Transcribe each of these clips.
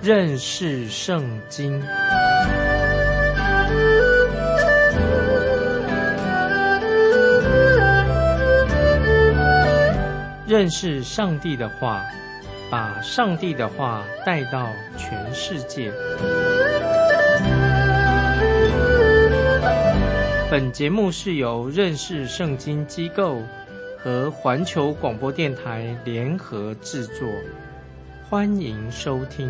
认识圣经。认识上帝的话，把上帝的话带到全世界。本节目是由认识圣经机构和环球广播电台联合制作，欢迎收听。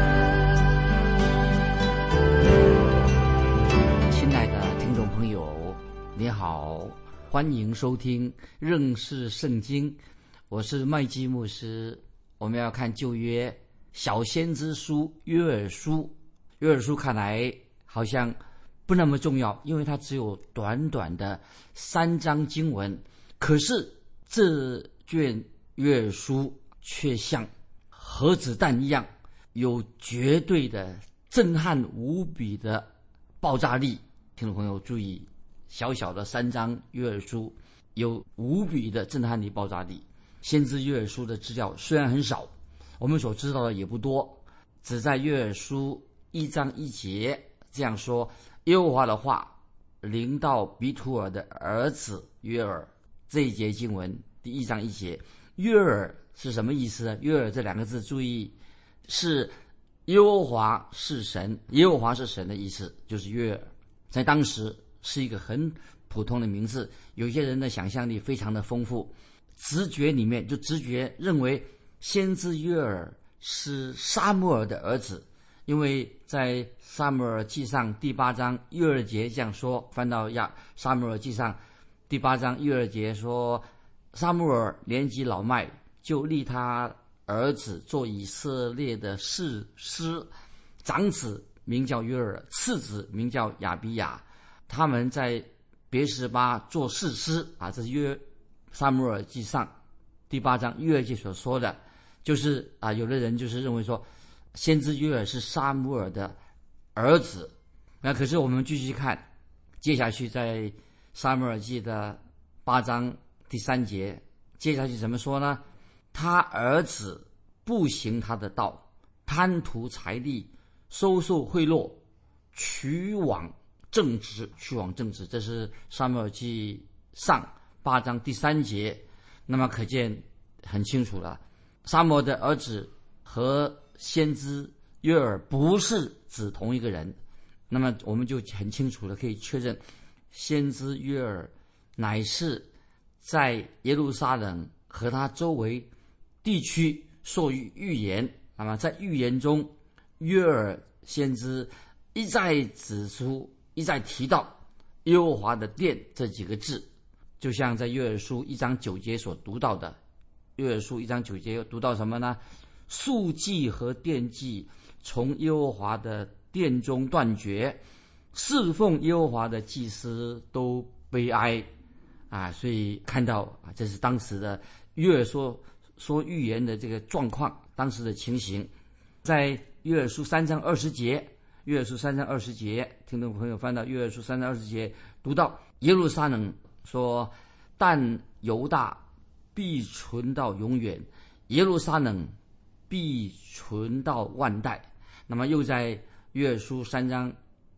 亲爱的听众朋友，你好，欢迎收听认识圣经，我是麦基牧师。我们要看旧约小先知书约珥书。约珥书看来好像不那么重要，因为它只有短短的3章经文，可是这卷约珥书却像核子弹一样，有绝对的震撼无比的爆炸力。听众朋友注意，小小的3章约珥书有无比的震撼力爆炸力。先知约珥书的资料虽然很少，我们所知道的也不多，只在约珥书1章1节这样说：耶和华的话临到比土尔的儿子约珥。这一节经文第1章1节，约珥是什么意思呢？约珥这2个字注意，是耶和华是神，耶和华是神的意思，就是约珥。在当时是一个很普通的名字，有些人的想象力非常的丰富，直觉里面就直觉认为先知约珥是撒母耳的儿子，因为在撒母耳记上第8章约珥节这样说，翻到撒母耳记上第8章约珥节说，撒母耳年纪老迈，就立他儿子做以色列的士师，长子名叫约珥，次子名叫亚比亚，他们在别是巴做士师啊，这是撒母耳记上第8章约珥节所说的，就是有的人就是认为说先知约珥是撒母耳的儿子。那可是我们继续看，接下去在撒母耳记的8章第3节，接下去怎么说呢？他儿子不行他的道，贪图财力，收受贿赂，取往正直，这是撒母耳记上8章第3节。那么可见很清楚了，撒母耳的儿子和先知约珥不是指同一个人。那么我们就很清楚的可以确认，先知约珥乃是在耶路撒冷和他周围地区受预言。那么在预言中，约珥先知一再指出，一再提到耶和华的殿这几个字，就像在约珥书1章9节所读到的。约珥书1章9节又读到什么呢？素祭和奠祭从耶和华的殿中断绝，侍奉耶和华的祭司都悲哀所以看到这是当时的约珥说预言的这个状况，当时的情形。在约珥书3章20节，约珥书3章20节，听众朋友翻到约珥书3章20节，读到耶路撒冷说，但犹大必存到永远，耶路撒冷必存到万代。那么又在约珥书3章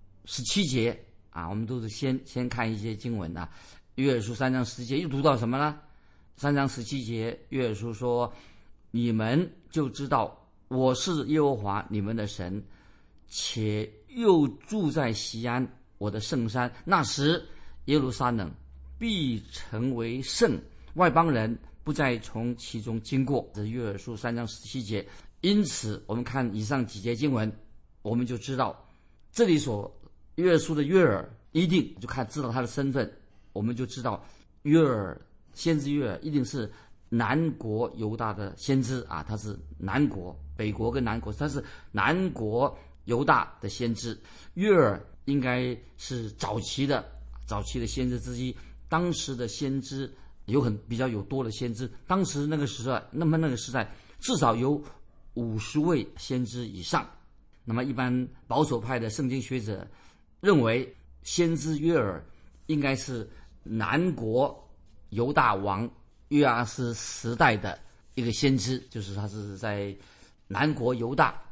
17节我们都是先看一些经文约珥书3章17节又读到什么呢？3章17节，约珥书说，你们就知道我是耶和华你们的神，且又住在锡安我的圣山，那时耶路撒冷必成为圣，外邦人不再从其中经过。这是约珥书3章17节。因此我们看以上几节经文，我们就知道这里所约珥书的约珥一定就知道他的身份，我们就知道先知约珥一定是南国犹大的先知他是南国，北国跟南国，他是南国犹大的先知。约珥应该是早期的先知之一，当时的先知比较有多的先知，当时那个时代至少有50位先知以上。那么一般保守派的圣经学者认为，先知约珥应该是南国犹大王约阿斯时代的一个先知，就是他是在南国犹大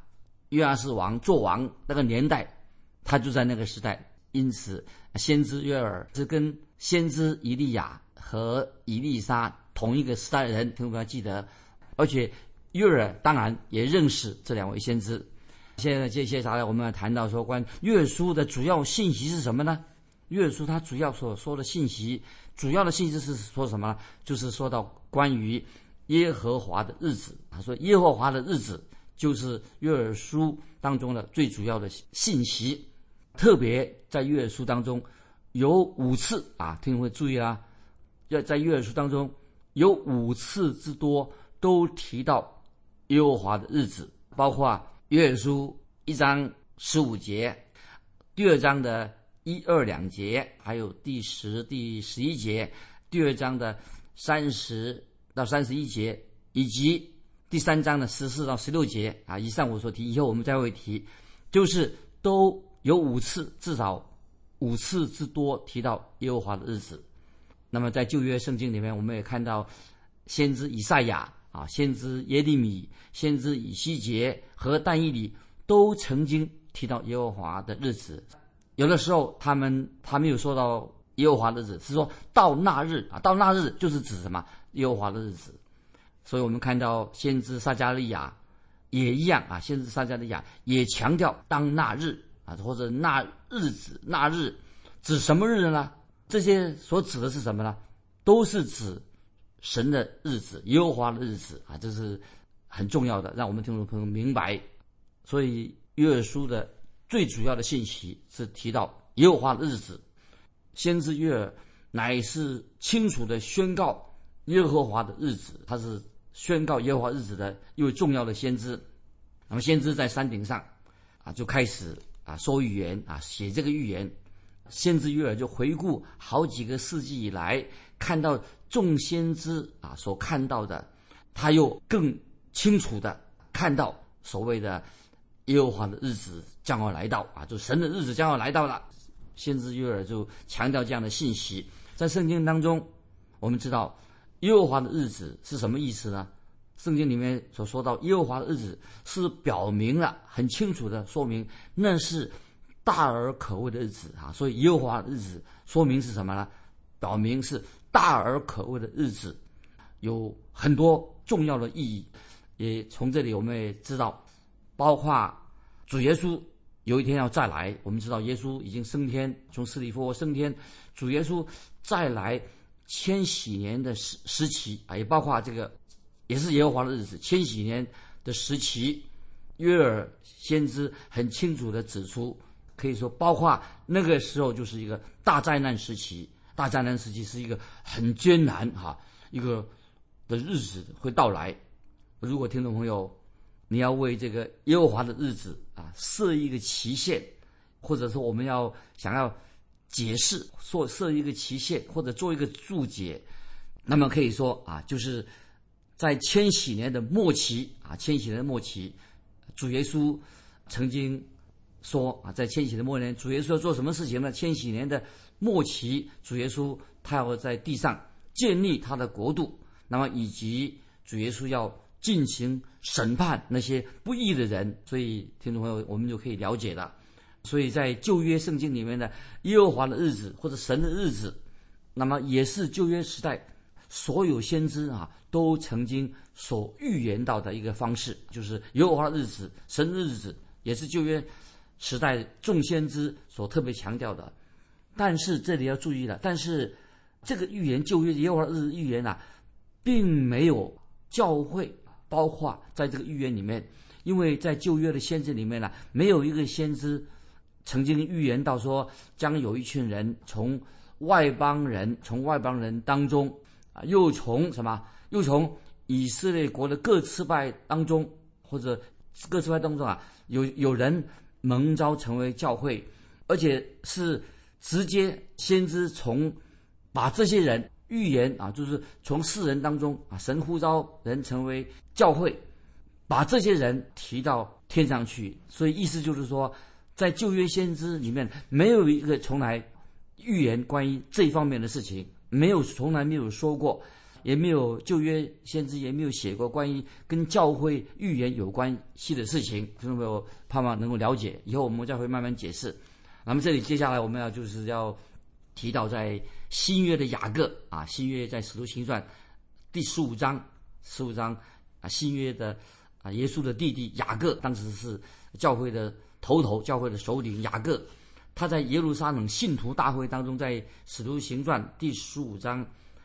约阿斯王做王那个年代，他就在那个时代。因此先知约珥是跟先知以利亚和以利沙同一个时代的人，听众要记得。而且约珥当然也认识这两位先知。现在接下来我们要谈到说，关于约珥书的主要信息是什么呢？约珥书它主要所说的信息，主要的信息是说什么呢？就是说到关于耶和华的日子。他说耶和华的日子就是约珥书当中的最主要的信息。特别在约珥书当中有5次听众会注意啦，在约珥书当中有5次之多都提到耶和华的日子，包括约珥书1章15节，第2章的1、2、2节，还有第10、第11节，第2章的30到31节，以及第3章的14到16节以上我所提，以后我们再会提，就是都有5次，至少5次之多提到耶和华的日子。那么在旧约圣经里面，我们也看到先知以赛亚先知耶利米、先知以西结和但以理都曾经提到耶和华的日子。有的时候他没有说到耶和华的日子，是说到那日到那日就是指什么？耶和华的日子。所以我们看到先知撒迦利亚也一样先知撒迦利亚也强调当那日或者那日子，那日指什么日呢？这些所指的是什么呢？都是指神的日子，耶和华的日子这是很重要的，让我们听众朋友明白。所以约珥书的最主要的信息是提到耶和华的日子。先知约珥乃是清楚的宣告耶和华的日子，他是宣告耶和华日子的一位重要的先知。那么先知在山顶上就开始说预言写这个预言。先知约珥就回顾好几个世纪以来看到众先知所看到的，他又更清楚的看到所谓的耶和华的日子将要来到就神的日子将要来到了。先知约珥就强调这样的信息。在圣经当中我们知道耶和华的日子是什么意思呢？圣经里面所说到耶和华的日子是表明了，很清楚的说明那是大而可畏的日子所以耶和华的日子说明是什么呢？表明是大而可畏的日子，有很多重要的意义。也从这里我们也知道，包括主耶稣有一天要再来。我们知道耶稣已经升天，从死里复活升天，主耶稣再来千禧年的时期也包括这个也是耶和华的日子，千禧年的时期。约珥先知很清楚地指出，可以说包括那个时候就是一个大灾难时期。大灾难时期是一个很艰难一个的日子会到来。如果听众朋友你要为这个耶和华的日子设一个期限，或者说我们想要解释设一个期限或者做一个注解，那么可以说就是在千禧年的末期千禧年的末期，主耶稣曾经说在千禧年的末年主耶稣要做什么事情呢？千禧年的末期，主耶稣他要在地上建立他的国度，那么以及主耶稣要进行审判那些不义的人。所以听众朋友我们就可以了解了。所以在旧约圣经里面的耶和华的日子或者神的日子，那么也是旧约时代所有先知都曾经所预言到的一个方式，就是耶和华的日子，神的日子，也是旧约时代众先知所特别强调的。但是这里要注意了，但是这个预言，旧约耶和华的日子预言并没有教会包括在这个预言里面。因为在旧约的先知里面没有一个先知曾经预言到说将有一群人从外邦人当中又从以色列国的各支派当中，或者各支派当中有人蒙召成为教会，而且是直接先知把这些人预言就是从世人当中神呼召人成为教会，把这些人提到天上去。所以意思就是说，在旧约先知里面没有一个从来预言关于这一方面的事情，从来没有说过也没有旧约先知也没有写过关于跟教会预言有关系的事情。听众朋友盼望能够了解，以后我们再会慢慢解释。那么这里接下来我们要提到在新约的雅各啊，新约在使徒行传第15章啊，新约的啊耶稣的弟弟雅各，当时是教会的头，教会的首领雅各，他在耶路撒冷信徒大会当中，在使徒行传第15章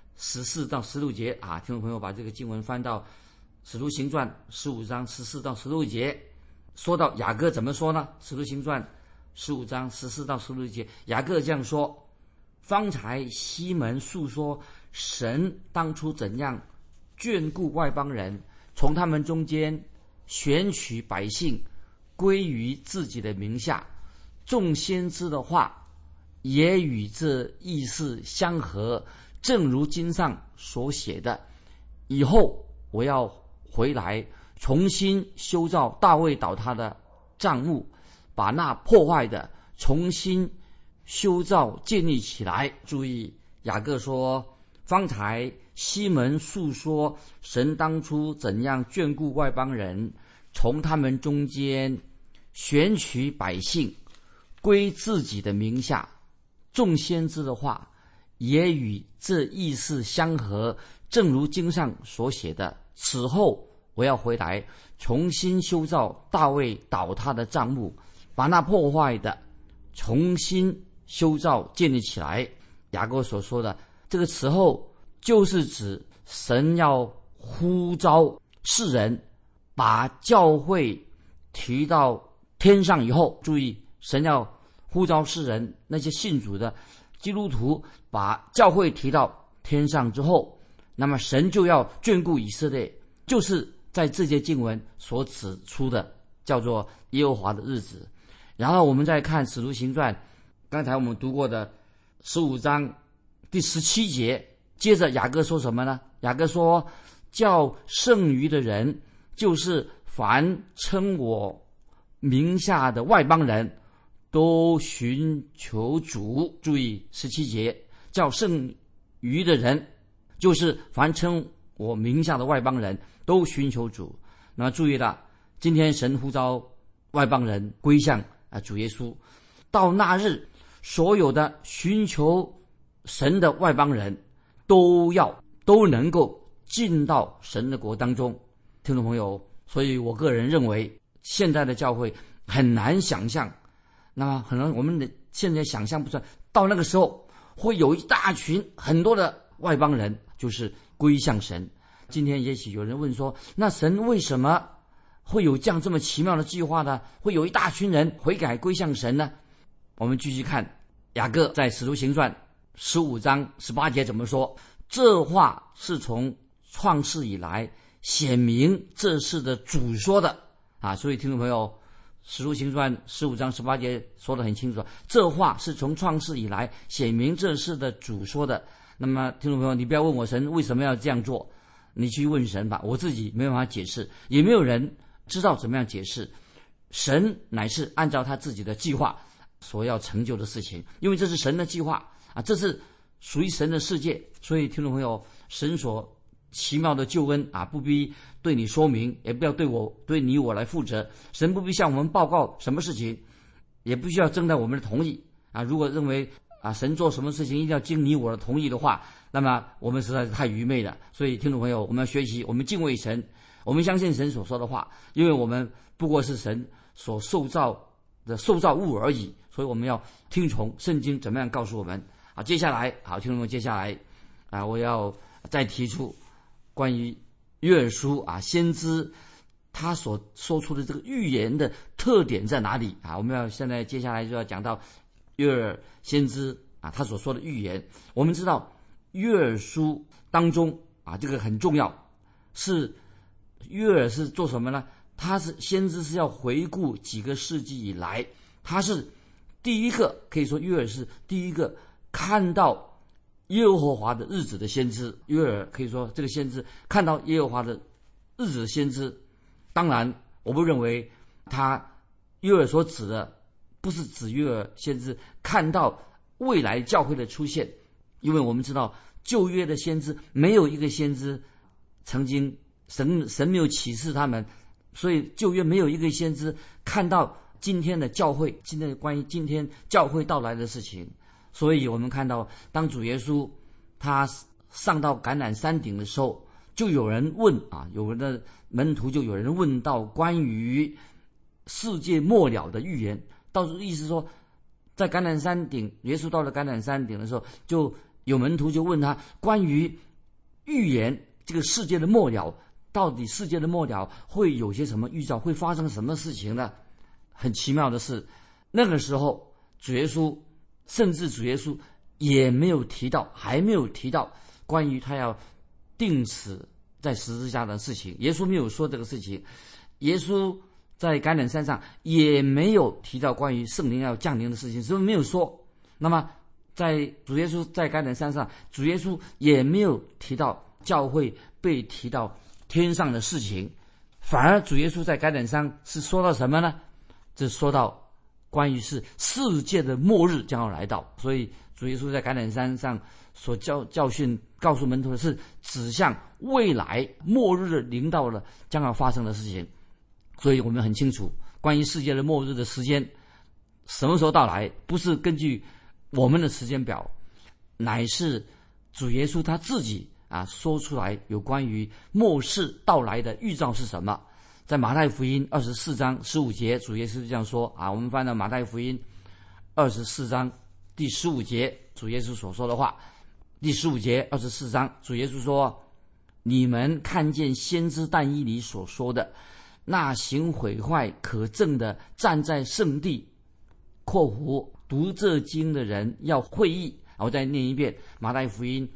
14到16节啊，听众朋友把这个经文翻到使徒行传15章14到16节，说到雅各怎么说呢？使徒行传15章14到16节，雅各这样说：方才西门述说神当初怎样眷顾外邦人，从他们中间选取百姓归于自己的名下，众先知的话也与这意思相合，正如经上所写的，以后我要回来重新修造大卫倒塌的帐幕，把那破坏的重新修造建立起来。注意，雅各说，方才西门述说神当初怎样眷顾外邦人，从他们中间选取百姓归自己的名下，众先知的话也与这意思相合，正如经上所写的，此后我要回来重新修造大卫倒塌的帐幕，把那破坏的重新修造建立起来。雅各所说的这个此后，就是指神要呼召世人把教会提到天上以后。注意，神要呼召世人，那些信主的基督徒把教会提到天上之后，那么神就要眷顾以色列，就是在这些经文所指出的叫做耶和华的日子。然后我们再看使徒行传，刚才我们读过的15章第17节，接着雅各说什么呢？雅各说，叫剩余的人，就是凡称我名下的外邦人，都寻求主。注意17节，叫剩余的人，就是凡称我名下的外邦人，都寻求主。那么注意了，今天神呼召外邦人归向主耶稣，到那日，所有的寻求神的外邦人都能够进到神的国当中。听众朋友，所以我个人认为现在的教会很难想象，那么可能我们现在想象不出来，到那个时候会有一大群很多的外邦人就是归向神。今天也许有人问说，那神为什么会有这么奇妙的计划呢？会有一大群人悔改归向神呢？我们继续看雅各在使徒行传15章18节怎么说？这话是从创世以来显明这事的主说的啊！所以听众朋友，使徒行传15章18节说得很清楚，这话是从创世以来显明这事的主说的。那么听众朋友，你不要问我神为什么要这样做，你去问神吧，我自己没办法解释，也没有人知道怎么样解释。神乃是按照他自己的计划所要成就的事情，因为这是神的计划啊，这是属于神的世界。所以听众朋友，神所奇妙的救恩啊，不必对你说明，也不要对你我来负责。神不必向我们报告什么事情，也不需要征得我们的同意啊。如果认为啊神做什么事情一定要经你我的同意的话，那么我们实在是太愚昧了。所以听众朋友，我们要学习，我们敬畏神，我们相信神所说的话，因为我们不过是神所受造的受造物而已，所以我们要听从圣经怎么样告诉我们啊。接下来好，听众们，接下来啊，我要再提出关于约珥书啊，先知他所说出的这个预言的特点在哪里啊？我们要现在接下来就要讲到约珥先知啊，他所说的预言。我们知道约珥书当中啊，这个很重要，是约珥是做什么呢？他是先知，是要回顾几个世纪以来，他是第一个，可以说约珥是第一个看到耶和华的日子的先知。约珥可以说这个先知看到耶和华的日子的先知。当然我不认为约珥所指的不是指约珥先知看到未来教会的出现，因为我们知道旧约的先知没有一个先知曾经神没有启示他们，所以旧约没有一个先知看到今天的教会，今天关于今天教会到来的事情。所以我们看到当主耶稣他上到橄榄山顶的时候，就有人问啊，有的门徒就有人问到关于世界末了的预言，到时意思说在橄榄山顶，耶稣到了橄榄山顶的时候，就有门徒就问他关于预言这个世界的末了，到底世界的末了会有些什么预兆，会发生什么事情呢？很奇妙的是，那个时候主耶稣甚至主耶稣也没有提到，还没有提到关于他要钉死在十字架的事情，耶稣没有说这个事情。耶稣在橄榄山上也没有提到关于圣灵要降临的事情，所以没有说。那么在主耶稣在橄榄山上，主耶稣也没有提到教会被提到天上的事情，反而主耶稣在橄榄山是说到什么呢？这说到关于是世界的末日将要来到。所以主耶稣在橄榄山上所教训告诉门徒的是指向未来末日临到了将要发生的事情。所以我们很清楚关于世界的末日的时间什么时候到来，不是根据我们的时间表，乃是主耶稣他自己说出来有关于末世到来的预兆是什么。在马太福音24章15节，主耶稣这样说我们翻到马太福音24章第15节，主耶稣所说的话。第15节24章主耶稣说，你们看见先知但以理所说的，那行毁坏可憎的站在圣地（括弧读这经的人要会意）。我再念一遍马太福音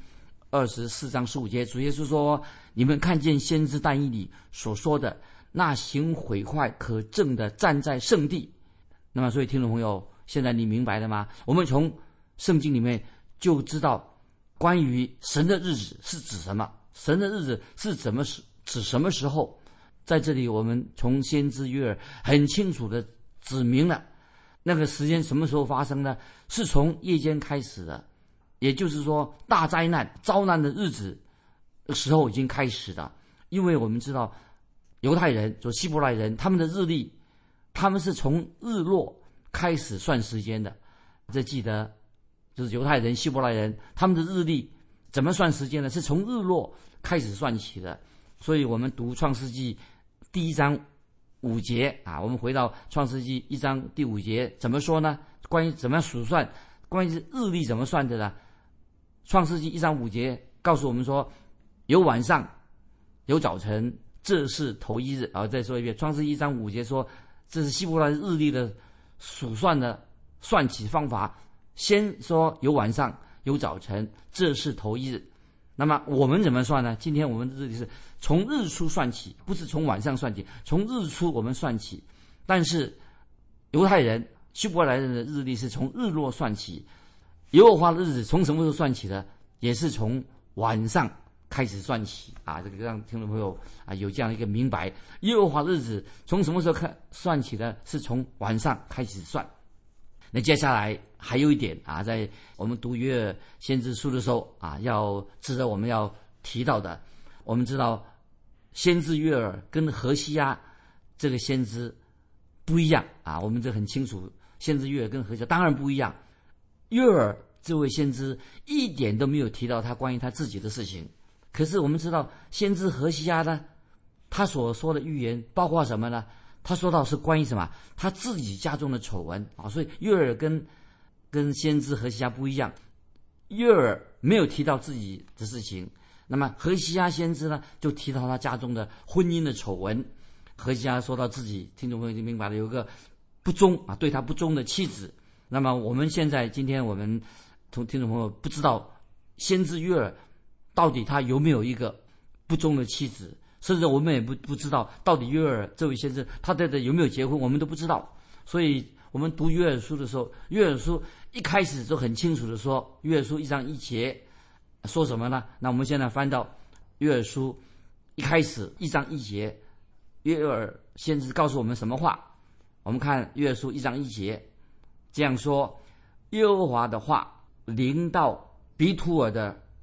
24章15节，主耶稣说，你们看见先知但以理所说的，那行毁坏可憎的站在圣地。那么所以听众朋友，现在你明白了吗？我们从圣经里面就知道关于神的日子是指什么，神的日子是指什么时候。在这里我们从先知约珥很清楚的指明了那个时间什么时候发生呢？是从夜间开始的，也就是说大灾难遭难的日子的时候已经开始了。因为我们知道犹太人就希伯来人，他们的日历他们是从日落开始算时间的。这记得就是犹太人希伯来人他们的日历怎么算时间呢？是从日落开始算起的。所以我们读创世纪第1章5节我们回到创世纪1章第5节怎么说呢？关于怎么样数算，关于日历怎么算的呢？创世纪1章5节告诉我们说，有晚上有早晨，这是头一日。再说一遍，创世纪1章5节说，这是希伯来日历的数算的算起方法，先说有晚上有早晨，这是头一日。那么我们怎么算呢？今天我们的日历是从日出算起，不是从晚上算起，从日出我们算起。但是犹太人希伯来人的日历是从日落算起，耶和华的日子从什么时候算起的？也是从晚上开始算起这个让听众朋友有这样一个明白，耶和华的日子从什么时候算起的？是从晚上开始算。那接下来还有一点在我们读约珥先知书的时候要值得我们要提到的，我们知道先知约珥跟何西阿这个先知不一样我们这很清楚，先知约珥跟何西阿当然不一样。约珥这位先知一点都没有提到他关于他自己的事情，可是我们知道先知何西阿呢，他所说的预言包括什么呢？他说到是关于什么？他自己家中的丑闻所以约珥跟先知何西阿不一样。约珥没有提到自己的事情，那么何西阿先知呢，就提到他家中的婚姻的丑闻。何西阿说到自己，听众朋友已经明白了，有一个不忠对他不忠的妻子。那么我们今天我们从听众朋友不知道先知约珥到底他有没有一个不忠的妻子，甚至我们也不知道到底约珥这位先知他有没有结婚，我们都不知道。所以我们读约珥书的时候，约珥书一开始就很清楚的说，约珥书1章1节说什么呢？那我们现在翻到约珥书一开始1章1节，约珥先知告诉我们什么话？我们看约珥书1章1节这样说，耶和华的话临到比土尔的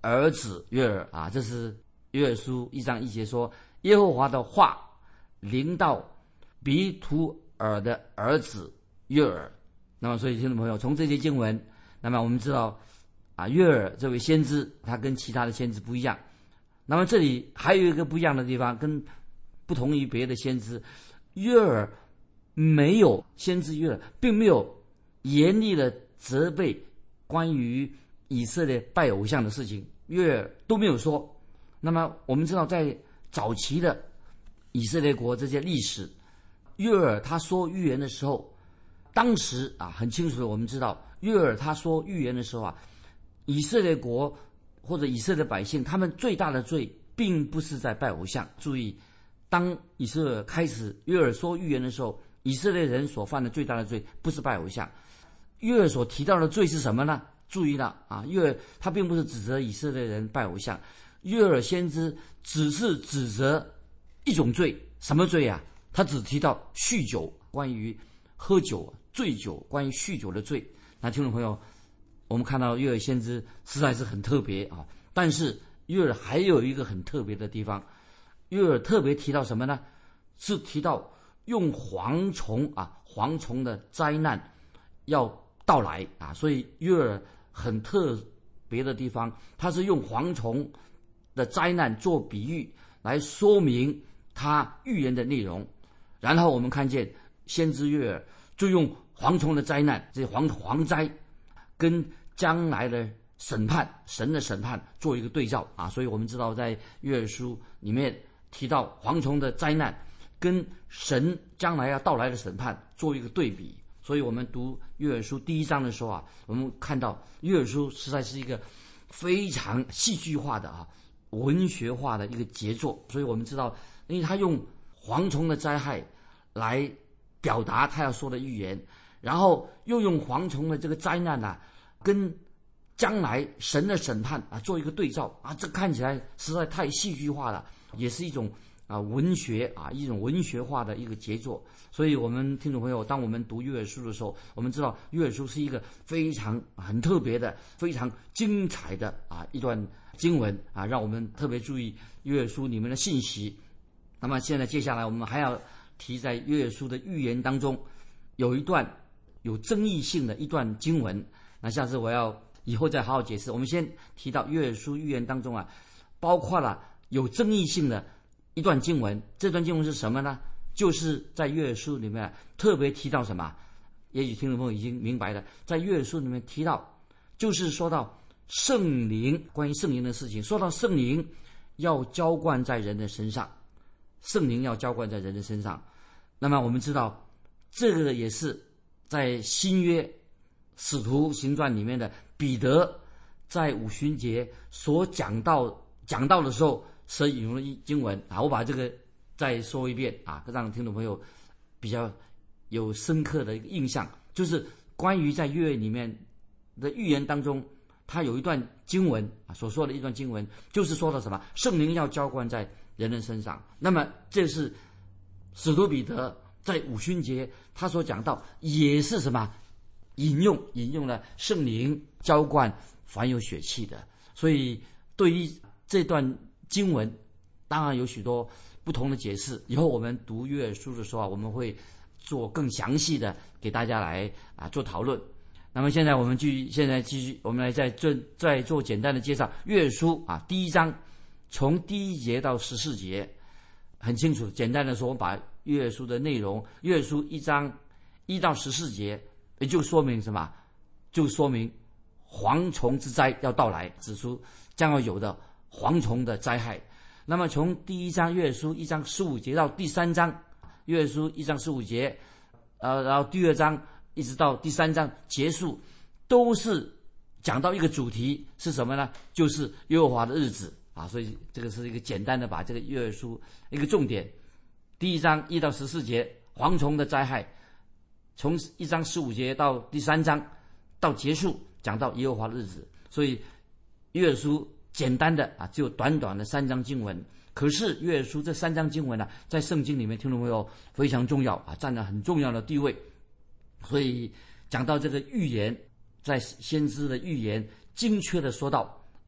儿子约珥啊，这是约珥书1章1节说，耶和华的话临到比土尔的儿子约珥。那么所以听众朋友，从这些经文，那么我们知道啊，约珥这位先知他跟其他的先知不一样。那么这里还有一个不一样的地方，跟不同于别的先知，约珥没有，先知约珥并没有严厉的责备关于以色列拜偶像的事情，约珥都没有说。那么我们知道在早期的以色列国这些历史，约珥他说预言的时候，当时啊很清楚的，我们知道约珥他说预言的时候啊，以色列国或者以色列百姓他们最大的罪并不是在拜偶像。注意，当以色列开始约珥说预言的时候，以色列人所犯的最大的罪不是拜偶像。约珥所提到的罪是什么呢？注意了啊，约珥他并不是指责以色列人拜偶像，约珥先知只是指责一种罪。什么罪啊？他只提到酗酒，关于喝酒醉酒，关于酗酒的罪。那听众朋友，我们看到约珥先知实在是很特别啊。但是约珥还有一个很特别的地方，约珥特别提到什么呢？是提到用蝗虫的灾难要到来啊。所以约珥很特别的地方，他是用蝗虫的灾难做比喻来说明他预言的内容。然后我们看见先知约珥就用蝗虫的灾难，这蝗灾跟将来的审判，神的审判做一个对照啊。所以我们知道在约珥书里面提到蝗虫的灾难跟神将来要到来的审判做一个对比。所以我们读约珥书1章的时候啊，我们看到约珥书实在是一个非常戏剧化的文学化的一个杰作。所以我们知道，因为他用蝗虫的灾害来表达他要说的预言，然后又用蝗虫的这个灾难跟将来神的审判做一个对照啊，这看起来实在太戏剧化了，也是一种文学一种文学化的一个杰作。所以我们听众朋友，当我们读约珥书的时候，我们知道约珥书是一个非常很特别的、非常精彩的一段经文让我们特别注意约珥书里面的信息。那么现在接下来我们还要提在约珥书的预言当中有一段有争议性的一段经文，那下次我要以后再好好解释。我们先提到约珥书预言当中包括了有争议性的一段经文。这段经文是什么呢？就是在约珥书里面特别提到什么？也许听众朋友已经明白了，在约珥书里面提到，就是说到圣灵，关于圣灵的事情，说到圣灵要浇灌在人的身上，圣灵要浇灌在人的身上。那么我们知道，这个也是在新约使徒行传里面的彼得在五旬节所讲到的时候所引用的经文我把这个再说一遍让听众朋友比较有深刻的一个印象，就是关于在约里面的预言当中，他有一段经文所说的一段经文，就是说到什么？圣灵要浇灌在人的身上。那么这是使徒彼得在五旬节他所讲到，也是什么？引用了圣灵浇灌凡有血气的。所以对于这段经文，当然有许多不同的解释。以后我们读约珥书的时候我们会做更详细的给大家来做讨论。那么现在我们继续，我们来再做简单的介绍。约珥书第1章从第1节到14节，很清楚。简单的说，我们把约珥书的内容，约珥书1章1到14节，也就说明什么？就说明蝗虫之灾要到来，指出将要有的蝗虫的灾害。那么从第1章约珥书1章15节到第3章约珥书1章15节，然后第2章一直到第3章结束，都是讲到一个主题，是什么呢？就是耶和华的日子所以这个是一个简单的把这个约珥书一个重点。第1章1到14节蝗虫的灾害，从1章15节到第3章到结束讲到耶和华的日子。所以约珥书简单的只有短短的3章经文，可是约珥书这3章经文在圣经里面听众朋友非常重要占了很重要的地位。所以讲到这个预言，在先知的预言精确的说到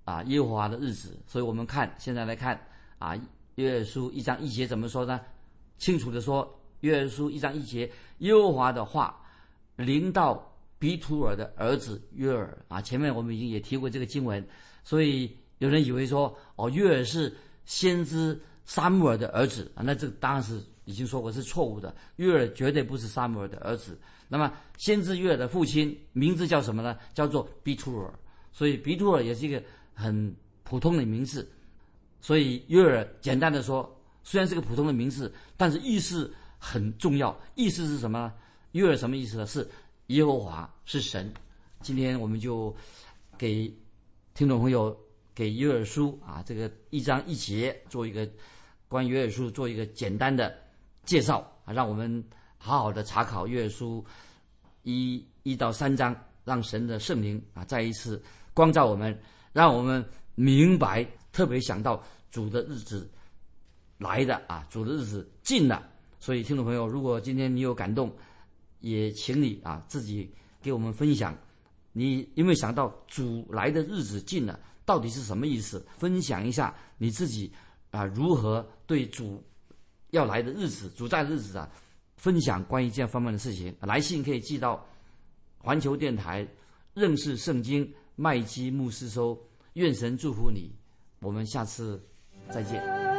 耶和华的日子。所以我们现在来看约珥书1章1节怎么说呢？清楚的说，约珥书1章1节，耶和华的话临到比土尔的儿子约珥前面我们已经也提过这个经文，所以有人以为说约珥是先知撒母耳的儿子那这个当然是已经说过是错误的，约珥绝对不是撒母耳的儿子。那么先知约珥的父亲名字叫什么呢？叫做比土尔，所以比土尔也是一个很普通的名字。所以约珥简单的说，虽然是个普通的名字，但是意思很重要。意思是什么呢？约珥什么意思呢？是耶和华是神。今天我们就给听众朋友给约珥书这个1章1节做一个关于约珥书做一个简单的介绍让我们好好的查考约珥书1到3章，让神的圣灵再一次光照我们，让我们明白，特别想到主的日子来的主的日子近了。所以听众朋友，如果今天你有感动，也请你自己给我们分享，你有没有想到主来的日子近了到底是什么意思？分享一下你自己如何对主要来的日子，主在的日子分享关于这样方面的事情。来信可以寄到环球电台认识圣经麦基牧师收。愿神祝福你，我们下次再见。